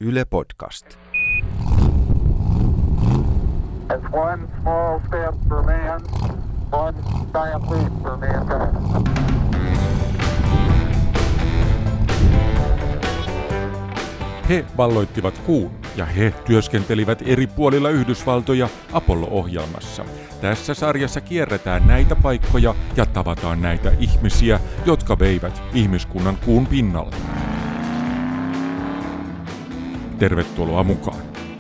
Yle Podcast. It's one small step for man, one giant leap for mankind. He valloittivat kuun ja he työskentelivät eri puolilla Yhdysvaltoja Apollo-ohjelmassa. Tässä sarjassa kierretään näitä paikkoja ja tavataan näitä ihmisiä, jotka veivät ihmiskunnan kuun pinnalle. Tervetuloa mukaan.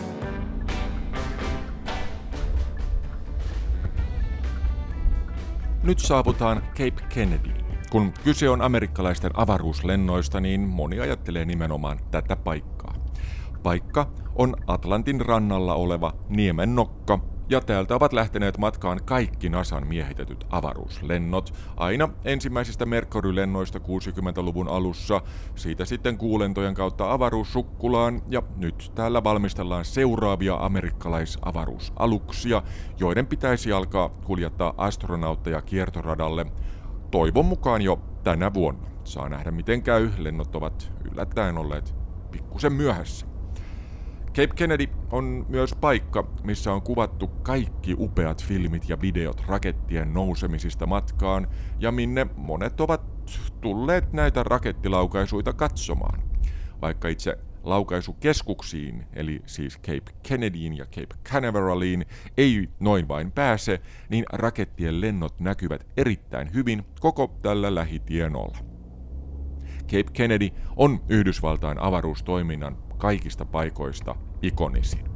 Nyt saavutaan Cape Kennedy. Kun kyse on amerikkalaisten avaruuslennoista, niin moni ajattelee nimenomaan tätä paikkaa. Paikka on Atlantin rannalla oleva niemennokka, ja täältä ovat lähteneet matkaan kaikki NASAn miehitetyt avaruuslennot, aina ensimmäisistä Mercury-lennoista 60-luvun alussa, siitä sitten kuulentojen kautta avaruussukkulaan, ja nyt täällä valmistellaan seuraavia amerikkalaisavaruusaluksia, joiden pitäisi alkaa kuljettaa astronautteja kiertoradalle, toivon mukaan jo tänä vuonna. Saa nähdä miten käy, lennot ovat yllättäen olleet pikkusen myöhässä. Cape Kennedy on myös paikka, missä on kuvattu kaikki upeat filmit ja videot rakettien nousemisista matkaan, ja minne monet ovat tulleet näitä rakettilaukaisuita katsomaan. Vaikka itse laukaisukeskuksiin, eli siis Cape Kennedyin ja Cape Canaveraliin, ei noin vain pääse, niin rakettien lennot näkyvät erittäin hyvin koko tällä lähitienolla. Cape Kennedy on Yhdysvaltain avaruustoiminnan kaikista paikoista ikonisin.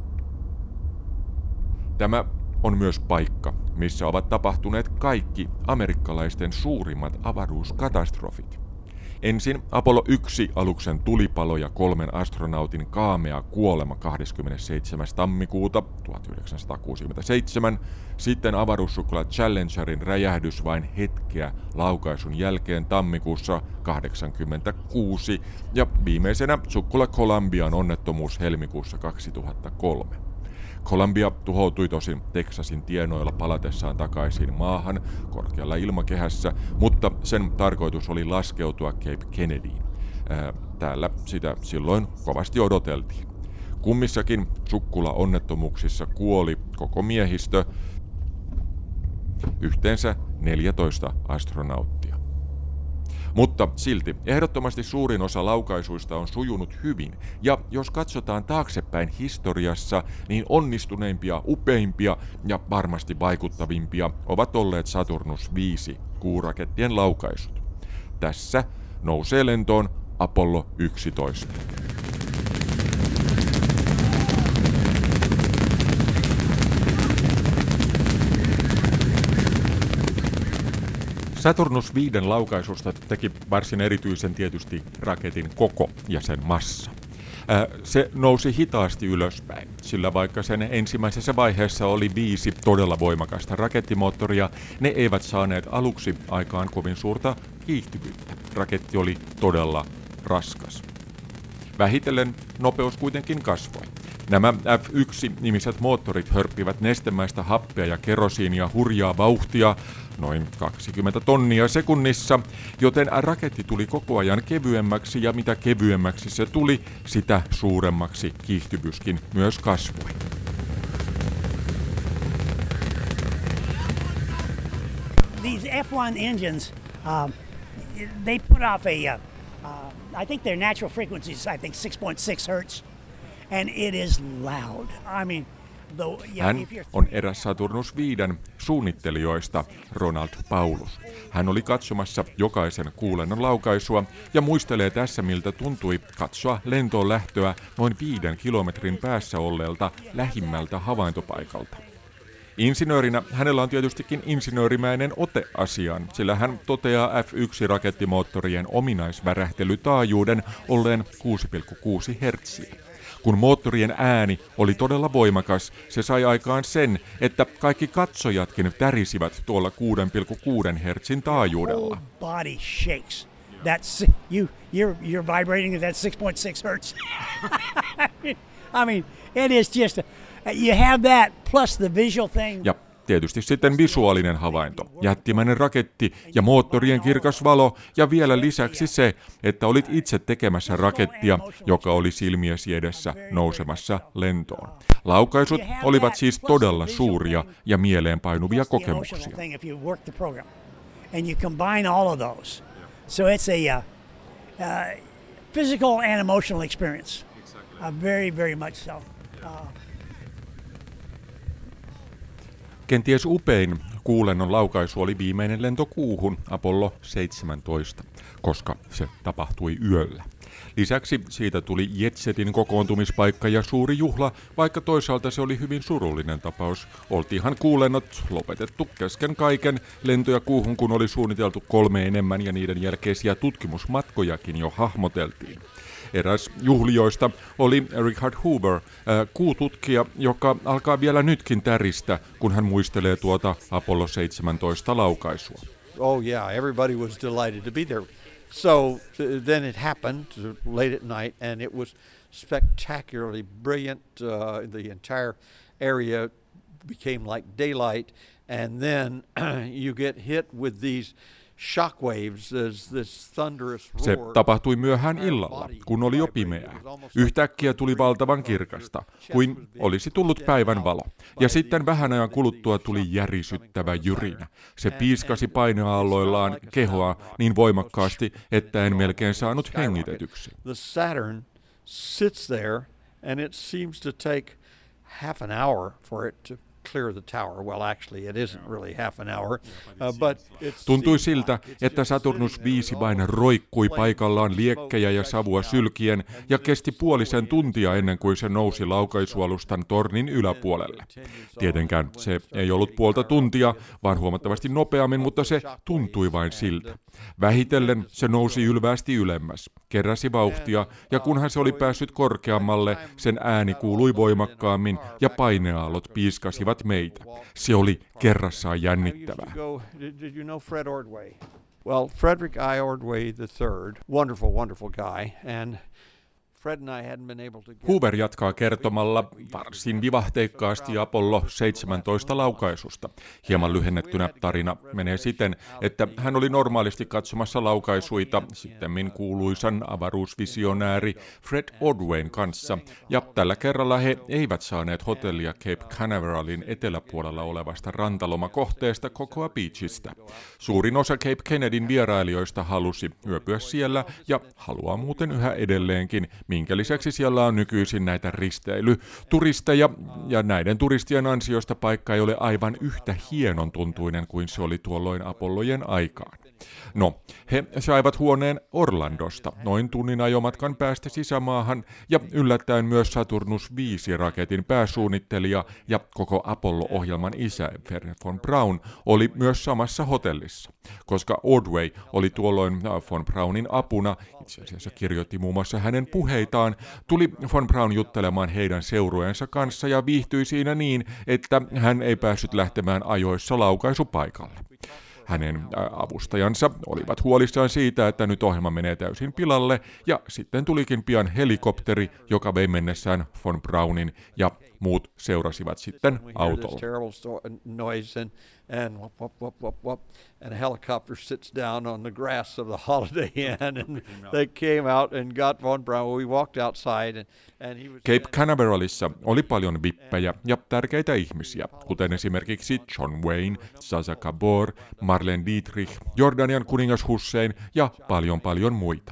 Tämä on myös paikka, missä ovat tapahtuneet kaikki amerikkalaisten suurimmat avaruuskatastrofit. Ensin Apollo 1-aluksen tulipalo ja 3 astronautin kaamea kuolema 27. tammikuuta 1967, sitten avaruussukkula Challengerin räjähdys vain hetkeä laukaisun jälkeen tammikuussa 1986 ja viimeisenä sukkula Columbian onnettomuus helmikuussa 2003. Columbia tuhoutui tosin Teksasin tienoilla palatessaan takaisin maahan korkealla ilmakehässä, mutta sen tarkoitus oli laskeutua Cape Kennedyin. Täällä sitä silloin kovasti odoteltiin. Kummissakin sukkula-onnettomuuksissa kuoli koko miehistö, yhteensä 14 astronauttia. Mutta silti ehdottomasti suurin osa laukaisuista on sujunut hyvin, ja jos katsotaan taaksepäin historiassa, niin onnistuneimpia, upeimpia ja varmasti vaikuttavimpia ovat olleet Saturnus 5 kuurakettien laukaisut. Tässä nousee lentoon Apollo 11. Saturnus 5 laukaisusta teki varsin erityisen tietysti raketin koko ja sen massa. Se nousi hitaasti ylöspäin, sillä vaikka sen ensimmäisessä vaiheessa oli 5 todella voimakasta rakettimoottoria, ne eivät saaneet aluksi aikaan kovin suurta kiihtyvyyttä. Raketti oli todella raskas. Vähitellen nopeus kuitenkin kasvoi. Nämä F1-nimiset moottorit hörppivät nestemäistä happea ja kerosiinia hurjaa vauhtia, noin 20 tonnia sekunnissa, joten raketti tuli koko ajan kevyemmäksi, ja mitä kevyemmäksi se tuli, sitä suuremmaksi kiihtyvyyskin myös kasvoi. These F1 engines, they put off I think their natural frequency is 6.6 hertz, and it is loud. I mean, hän on eräs Saturnus 5 suunnittelijoista, Ronald Paulus. Hän oli katsomassa jokaisen kuulennon laukaisua ja muistelee tässä, miltä tuntui katsoa lentoon lähtöä noin 5 kilometrin päässä olleelta lähimmältä havaintopaikalta. Insinöörinä hänellä on tietystikin insinöörimäinen ote asiaan, sillä hän toteaa F1-rakettimoottorien ominaisvärähtelytaajuuden olleen 6,6 hertsiä. Kun moottorien ääni oli todella voimakas, se sai aikaan sen, että kaikki katsojatkin tärisivät tuolla 6,6 hertsin taajuudella. Body shakes. You're vibrating at that 6.6 hertz. I mean, it is just you have that plus the visual thing. Ja tietysti sitten visuaalinen havainto, jättimäinen raketti ja moottorien kirkas valo ja vielä lisäksi se, että olit itse tekemässä rakettia, joka oli silmiesi edessä nousemassa lentoon. Laukaisut olivat siis todella suuria ja mieleenpainuvia kokemuksia. Physical and emotional experience. Very, very much so. Kenties upein kuulennon laukaisu oli viimeinen lento kuuhun, Apollo 17, koska se tapahtui yöllä. Lisäksi siitä tuli jetsetin kokoontumispaikka ja suuri juhla, vaikka toisaalta se oli hyvin surullinen tapaus. Oltiinhan kuulennot lopetettu kesken kaiken, lentoja kuuhun kun oli suunniteltu 3 enemmän ja niiden jälkeisiä tutkimusmatkojakin jo hahmoteltiin. Eräs juhlijoista oli Richard Hoover, kuututkija, joka alkaa vielä nytkin täristä, kun hän muistelee tuota Apollo 17 laukaisua. Oh yeah, everybody was delighted to be there. So then it happened late at night and it was spectacularly brilliant. The entire area became like daylight and then you get hit with these shockwaves as this thunderous roar. Se tapahtui myöhään illalla, kun oli jo pimeää. Yhtäkkiä tuli valtavan kirkasta, kuin olisi tullut päivän valo. Ja sitten vähän ajan kuluttua tuli järisyttävä jyrinä. Se piiskasi paineaalloillaan kehoa niin voimakkaasti, että en melkein saanut hengitetyksi. The Saturn sits there and it seems to take half an hour for it to clear the tower. Well, actually it isn't really half an hour, but tuntui siltä, että Saturnus 5 vain roikkui paikallaan liekkejä ja savua sylkien ja kesti puolisen tuntia ennen kuin se nousi laukaisualustan tornin yläpuolelle. Tietenkään se ei ollut puolta tuntia, vaan huomattavasti nopeammin, mutta se tuntui vain siltä. Vähitellen se nousi ylvästi ylemmäs, keräsi vauhtia ja kunhan se oli päässyt korkeammalle, sen ääni kuului voimakkaammin ja paineaallot piiskasivat meitä. Se oli kerrassaan jännittävää. Did you know Fred Ordway? Well, Frederick I. Ordway III, wonderful guy, and Fred and I hadn't been able to get... Hoover jatkaa kertomalla varsin vivahteikkaasti Apollo 17 laukaisusta. Hieman lyhennettynä tarina menee siten, että hän oli normaalisti katsomassa laukaisuita sittemmin kuuluisan avaruusvisionääri Fred Ordwayn kanssa, ja tällä kerralla he eivät saaneet hotellia Cape Canaveralin eteläpuolella olevasta rantalomakohteesta Cocoa Beachistä. Suurin osa Cape Kennedyn vierailijoista halusi yöpyä siellä ja haluaa muuten yhä edelleenkin, minkä lisäksi siellä on nykyisin näitä risteilyturisteja, ja näiden turistien ansiosta paikka ei ole aivan yhtä hienon tuntuinen kuin se oli tuolloin Apollojen aikaan. No, he saivat huoneen Orlandosta, noin tunnin ajomatkan päästä sisämaahan, ja yllättäen myös Saturnus 5-raketin pääsuunnittelija ja koko Apollo-ohjelman isä Wernher von Braun oli myös samassa hotellissa. Koska Ordway oli tuolloin von Braunin apuna, itse asiassa kirjoitti muun muassa hänen puheitaan, tuli von Braun juttelemaan heidän seurueensa kanssa ja viihtyi siinä niin, että hän ei päässyt lähtemään ajoissa laukaisupaikalle. Hänen avustajansa olivat huolissaan siitä, että nyt ohjelma menee täysin pilalle, ja sitten tulikin pian helikopteri, joka vei mennessään von Braunin, ja muut seurasivat sitten autolla. And a helicopter sits down on the grass of the Holiday Inn, and they came out and got von Braun. We walked outside, and he was... Cape Canaveralissa oli paljon vippejä ja tärkeitä ihmisiä, kuten esimerkiksi John Wayne, Zaza Gabor, Marlene Dietrich, Jordanian kuningas Hussein ja paljon muita.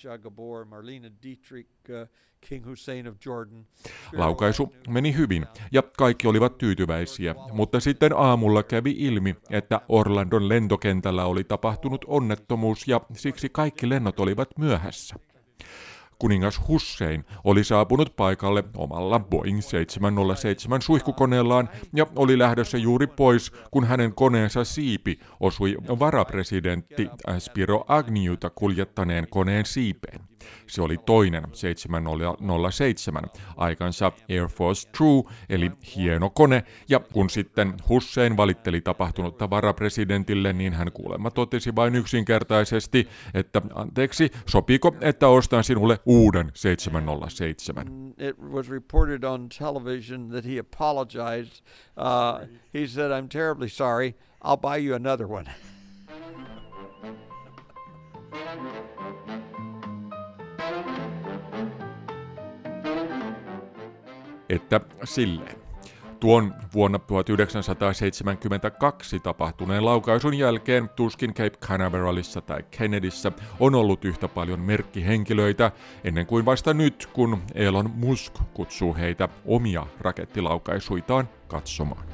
Laukaisu meni hyvin ja kaikki olivat tyytyväisiä, mutta sitten aamulla kävi ilmi, että Orlandon lentokentällä oli tapahtunut onnettomuus ja siksi kaikki lennot olivat myöhässä. Kuningas Hussein oli saapunut paikalle omalla Boeing 707 suihkukoneellaan ja oli lähdössä juuri pois, kun hänen koneensa siipi osui varapresidentti Spiro Agnewta kuljettaneen koneen siipeen. Se oli toinen 707 aikansa Air Force True, eli hieno kone, ja kun sitten Hussein valitteli tapahtunutta varapresidentille, niin hän kuulemma totesi vain yksinkertaisesti, että anteeksi, sopiiko, että ostan sinulle uuden 707. It was reported on television that he apologized. He said, "I'm terribly sorry. I'll buy you another one." Että silleen. Tuon vuonna 1972 tapahtuneen laukaisun jälkeen tuskin Cape Canaveralissa tai Kennedyssä on ollut yhtä paljon merkkihenkilöitä ennen kuin vasta nyt, kun Elon Musk kutsuu heitä omia rakettilaukaisuitaan katsomaan.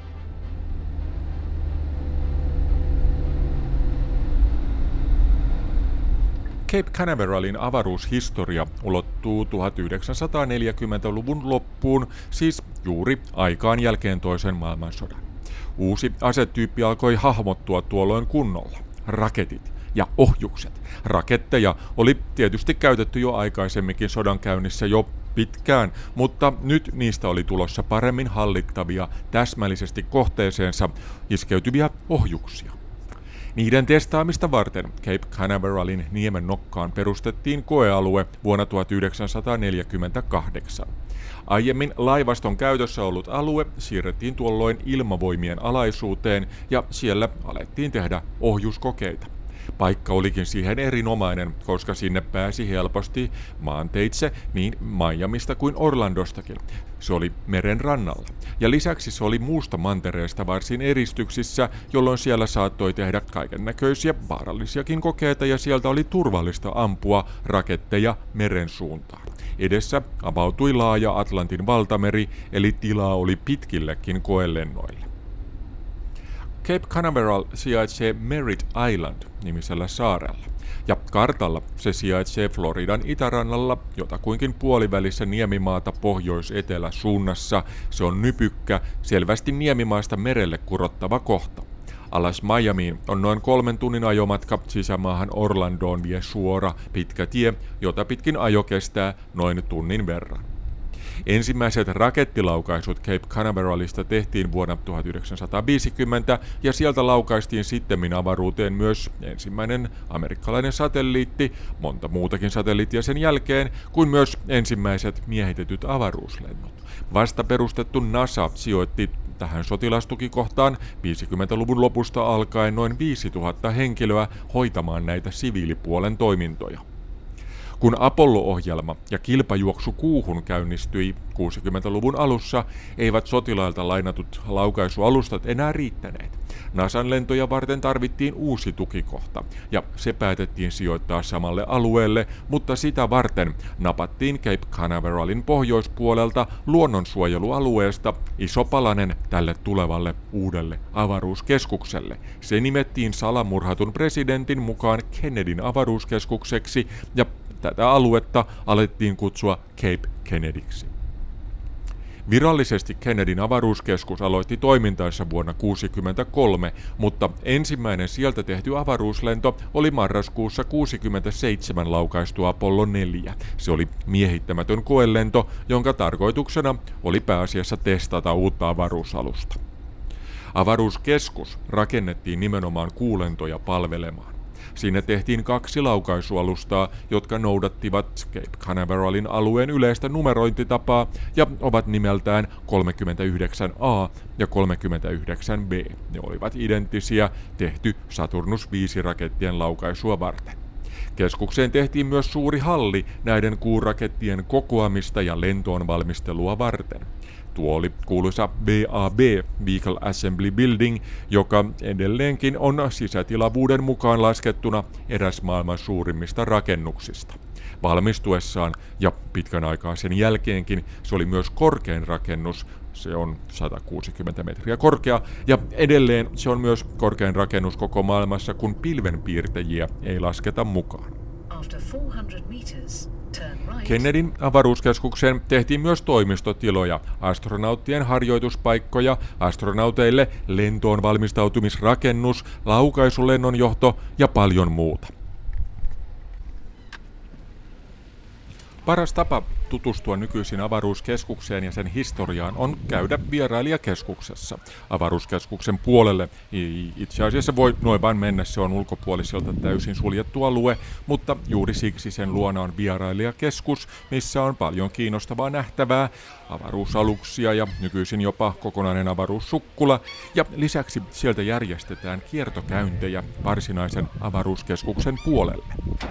Cape Canaveralin avaruushistoria ulottuu 1940-luvun loppuun, siis juuri aikaan jälkeen toisen maailmansodan. Uusi asetyyppi alkoi hahmottua tuolloin kunnolla. Raketit ja ohjukset. Raketteja oli tietysti käytetty jo aikaisemminkin sodankäynnissä jo pitkään, mutta nyt niistä oli tulossa paremmin hallittavia, täsmällisesti kohteeseensa iskeytyviä ohjuksia. Niiden testaamista varten Cape Canaveralin niemen nokkaan perustettiin koealue vuonna 1948. Aiemmin laivaston käytössä ollut alue siirrettiin tuolloin ilmavoimien alaisuuteen ja siellä alettiin tehdä ohjuskokeita. Paikka olikin siihen erinomainen, koska sinne pääsi helposti maanteitse niin Miamista kuin Orlandostakin. Se oli meren rannalla. Ja lisäksi se oli muusta mantereesta varsin eristyksissä, jolloin siellä saattoi tehdä kaikennäköisiä vaarallisiakin kokeita ja sieltä oli turvallista ampua raketteja meren suuntaan. Edessä avautui laaja Atlantin valtameri, eli tilaa oli pitkillekin koelennoille. Cape Canaveral sijaitsee Merritt Island-nimisellä saarella, ja kartalla se sijaitsee Floridan itärannalla jotakuinkin puolivälissä niemimaata pohjois-etelä suunnassa. Se on nypykkä, selvästi niemimaasta merelle kurottava kohta. Alas Miamiin on noin 3 tunnin ajomatka, sisämaahan Orlandoon vie suora pitkä tie, jota pitkin ajo kestää noin tunnin verran. Ensimmäiset rakettilaukaisut Cape Canaveralista tehtiin vuonna 1950 ja sieltä laukaistiin sittemmin avaruuteen myös ensimmäinen amerikkalainen satelliitti, monta muutakin satelliittia sen jälkeen, kuin myös ensimmäiset miehitetyt avaruuslennot. Vasta perustettu NASA sijoitti tähän sotilastukikohtaan 50-luvun lopusta alkaen noin 5000 henkilöä hoitamaan näitä siviilipuolen toimintoja. Kun Apollo-ohjelma ja kilpajuoksu kuuhun käynnistyi 60-luvun alussa, eivät sotilailta lainatut laukaisualustat enää riittäneet. NASAn lentoja varten tarvittiin uusi tukikohta, ja se päätettiin sijoittaa samalle alueelle, mutta sitä varten napattiin Cape Canaveralin pohjoispuolelta luonnonsuojelualueesta iso palanen tälle tulevalle uudelle avaruuskeskukselle. Se nimettiin salamurhatun presidentin mukaan Kennedyn avaruuskeskukseksi, ja tätä aluetta alettiin kutsua Cape Kennedyksi. Virallisesti Kennedyn avaruuskeskus aloitti toimintansa vuonna 1963, mutta ensimmäinen sieltä tehty avaruuslento oli marraskuussa 1967 laukaistu Apollo 4. Se oli miehittämätön koelento, jonka tarkoituksena oli pääasiassa testata uutta avaruusalusta. Avaruuskeskus rakennettiin nimenomaan kuulentoja palvelemaan. Siinä tehtiin 2 laukaisualustaa, jotka noudattivat Cape Canaveralin alueen yleistä numerointitapaa ja ovat nimeltään 39A ja 39B. Ne olivat identtisiä, tehty Saturnus 5-rakettien laukaisua varten. Keskukseen tehtiin myös suuri halli näiden kuurakettien kokoamista ja lentoon valmistelua varten. Tuo oli kuuluisa VAB, Vehicle Assembly Building, joka edelleenkin on sisätilavuuden mukaan laskettuna eräs maailman suurimmista rakennuksista. Valmistuessaan ja pitkän aikaa sen jälkeenkin se oli myös korkein rakennus, se on 160 metriä korkea, ja edelleen se on myös korkein rakennus koko maailmassa, kun pilvenpiirtäjiä ei lasketa mukaan. Kennedyn avaruuskeskukseen tehtiin myös toimistotiloja, astronauttien harjoituspaikkoja, astronauteille lentoon valmistautumisrakennus, laukaisulennon johto ja paljon muuta. Paras tapa tutustua nykyisin avaruuskeskukseen ja sen historiaan on käydä vierailijakeskuksessa. Avaruuskeskuksen puolelle itse asiassa voi noin vain mennä, se on ulkopuoliselta täysin suljettu alue, mutta juuri siksi sen luona on vierailijakeskus, missä on paljon kiinnostavaa nähtävää, avaruusaluksia ja nykyisin jopa kokonainen avaruussukkula, ja lisäksi sieltä järjestetään kiertokäyntejä varsinaisen avaruuskeskuksen puolelle.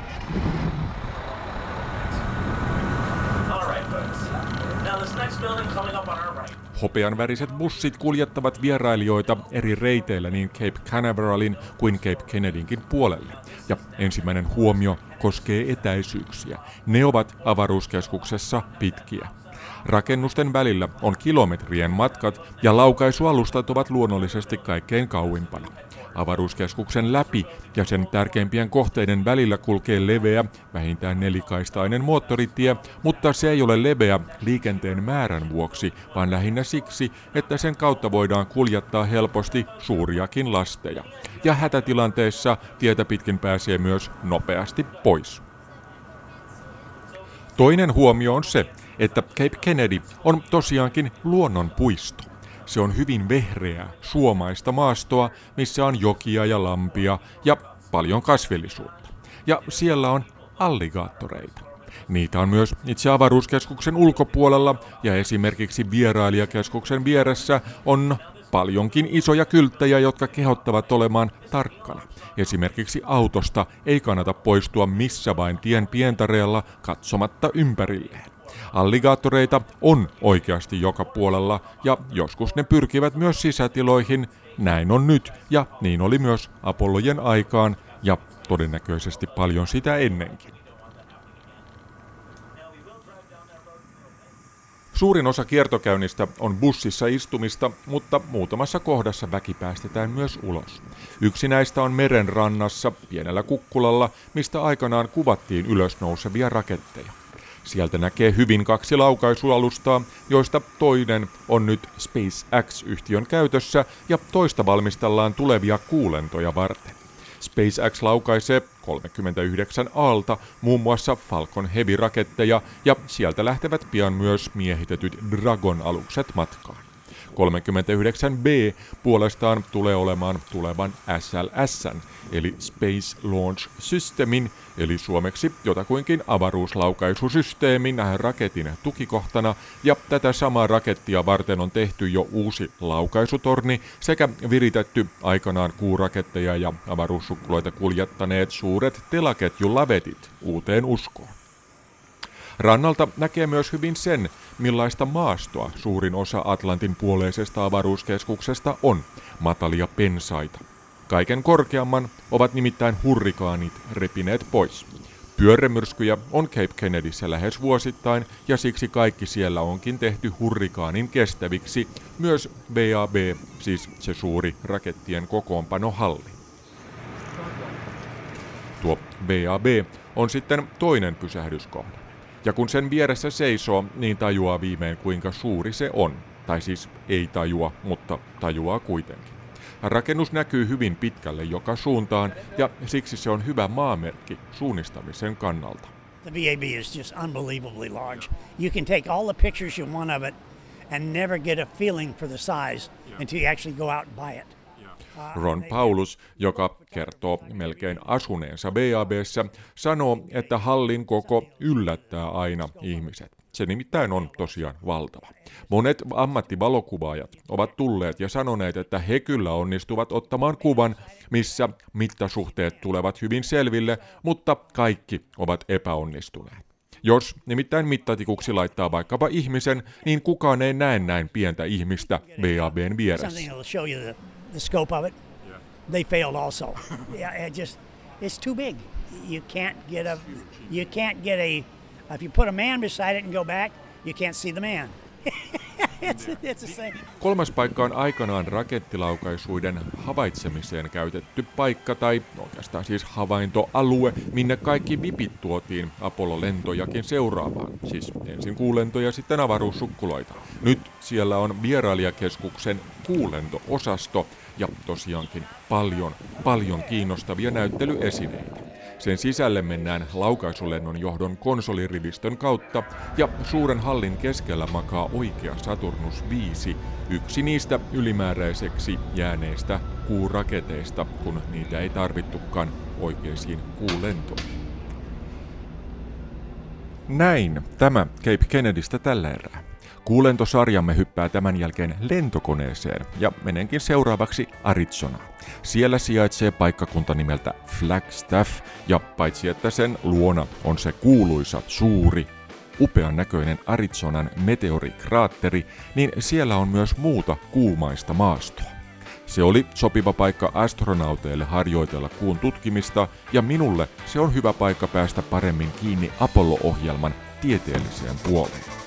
Hopeanväriset bussit kuljettavat vierailijoita eri reiteillä niin Cape Canaveralin kuin Cape Kennedynkin puolelle. Ja ensimmäinen huomio koskee etäisyyksiä. Ne ovat avaruuskeskuksessa pitkiä. Rakennusten välillä on kilometrien matkat ja laukaisualustat ovat luonnollisesti kaikkein kauimpana. Avaruuskeskuksen läpi ja sen tärkeimpien kohteiden välillä kulkee leveä, vähintään nelikaistainen moottoritie, mutta se ei ole leveä liikenteen määrän vuoksi, vaan lähinnä siksi, että sen kautta voidaan kuljettaa helposti suuriakin lasteja. Ja hätätilanteessa tietä pitkin pääsee myös nopeasti pois. Toinen huomio on se, että Cape Kennedy on tosiaankin luonnonpuisto. Se on hyvin vehreää, suomaista maastoa, missä on jokia ja lampia ja paljon kasvillisuutta. Ja siellä on alligaattoreita. Niitä on myös itse avaruuskeskuksen ulkopuolella ja esimerkiksi vierailijakeskuksen vieressä on paljonkin isoja kylttejä, jotka kehottavat olemaan tarkkana. Esimerkiksi autosta ei kannata poistua missä vain tien pientareella katsomatta ympärilleen. Alligaattoreita on oikeasti joka puolella ja joskus ne pyrkivät myös sisätiloihin. Näin on nyt ja niin oli myös Apollojen aikaan ja todennäköisesti paljon sitä ennenkin. Suurin osa kiertokäynnistä on bussissa istumista, mutta muutamassa kohdassa väki päästetään myös ulos. Yksi näistä on meren rannassa pienellä kukkulalla, mistä aikanaan kuvattiin ylösnousevia raketteja. Sieltä näkee hyvin 2 laukaisualustaa, joista toinen on nyt SpaceX-yhtiön käytössä ja toista valmistellaan tulevia kuulentoja varten. SpaceX laukaisee 39 A:lta muun muassa Falcon Heavy-raketteja ja sieltä lähtevät pian myös miehitetyt Dragon-alukset matkaan. 39B puolestaan tulee olemaan tulevan SLS:n eli Space Launch Systemin eli suomeksi jotakuinkin avaruuslaukaisysysteemin raketin tukikohtana ja tätä samaa rakettia varten on tehty jo uusi laukaisutorni sekä viritetty aikanaan kuuraketteja ja avaruussukkuloita kuljettaneet suuret telaketjulavetit uuteen uskoon. Rannalta näkee myös hyvin sen, millaista maastoa suurin osa Atlantin puoleisesta avaruuskeskuksesta on, matalia pensaita. Kaiken korkeamman ovat nimittäin hurrikaanit repineet pois. Pyörremyrskyjä on Cape Kennedyssä lähes vuosittain ja siksi kaikki siellä onkin tehty hurrikaanin kestäviksi, myös BAB, siis se suuri rakettien kokoonpanohalli. Tuo BAB on sitten toinen pysähdyskohde. Ja kun sen vieressä seisoo, niin tajuaa viimein kuinka suuri se on. Tai siis ei tajua, mutta tajuaa kuitenkin. Rakennus näkyy hyvin pitkälle joka suuntaan ja siksi se on hyvä maamerkki suunnistamisen kannalta. The VAB is just unbelievably large. You can take all the pictures you want of it and never get a feeling for the size until you actually go out and buy it. Ron Paulus, joka kertoo melkein asuneensa VAB:ssä, sanoo, että hallin koko yllättää aina ihmiset. Se nimittäin on tosiaan valtava. Monet ammattivalokuvaajat ovat tulleet ja sanoneet, että he kyllä onnistuvat ottamaan kuvan, missä mittasuhteet tulevat hyvin selville, mutta kaikki ovat epäonnistuneet. Jos nimittäin mittatikuksi laittaa vaikkapa ihmisen, niin kukaan ei näe näin pientä ihmistä VAB:n vieressä. The scope of it, they failed also. Yeah, it's too big. You can't get if you put a man beside it and go back, you can't see the man. It's the same. Kolmas paikka on aikanaan rakettilaukaisuiden havaitsemiseen käytetty paikka tai oikeastaan siis havaintoalue, minne kaikki vipit tuotiin Apollo-lentojakin seuraavaan. Siis ensin kuulentoja, sitten avaruussukkuloita. Nyt siellä on vierailijakeskuksen kuulento-osasto ja tosiaankin paljon kiinnostavia näyttelyesineitä. Sen sisälle mennään laukaisulennon johdon konsolirivistön kautta ja suuren hallin keskellä makaa oikea Saturnus 5, yksi niistä ylimääräiseksi jääneistä kuuraketeista, kun niitä ei tarvittukaan oikeisiin kuulentoihin. Näin tämä Cape Kennedystä tällä erää. Kuulentosarjamme hyppää tämän jälkeen lentokoneeseen ja menenkin seuraavaksi Arizonaan. Siellä sijaitsee paikkakunta nimeltä Flagstaff ja paitsi että sen luona on se kuuluisa suuri, upean näköinen Arizonan meteorikraatteri, niin siellä on myös muuta kuumaista maastoa. Se oli sopiva paikka astronauteille harjoitella kuun tutkimista ja minulle se on hyvä paikka päästä paremmin kiinni Apollo-ohjelman tieteelliseen puoleen.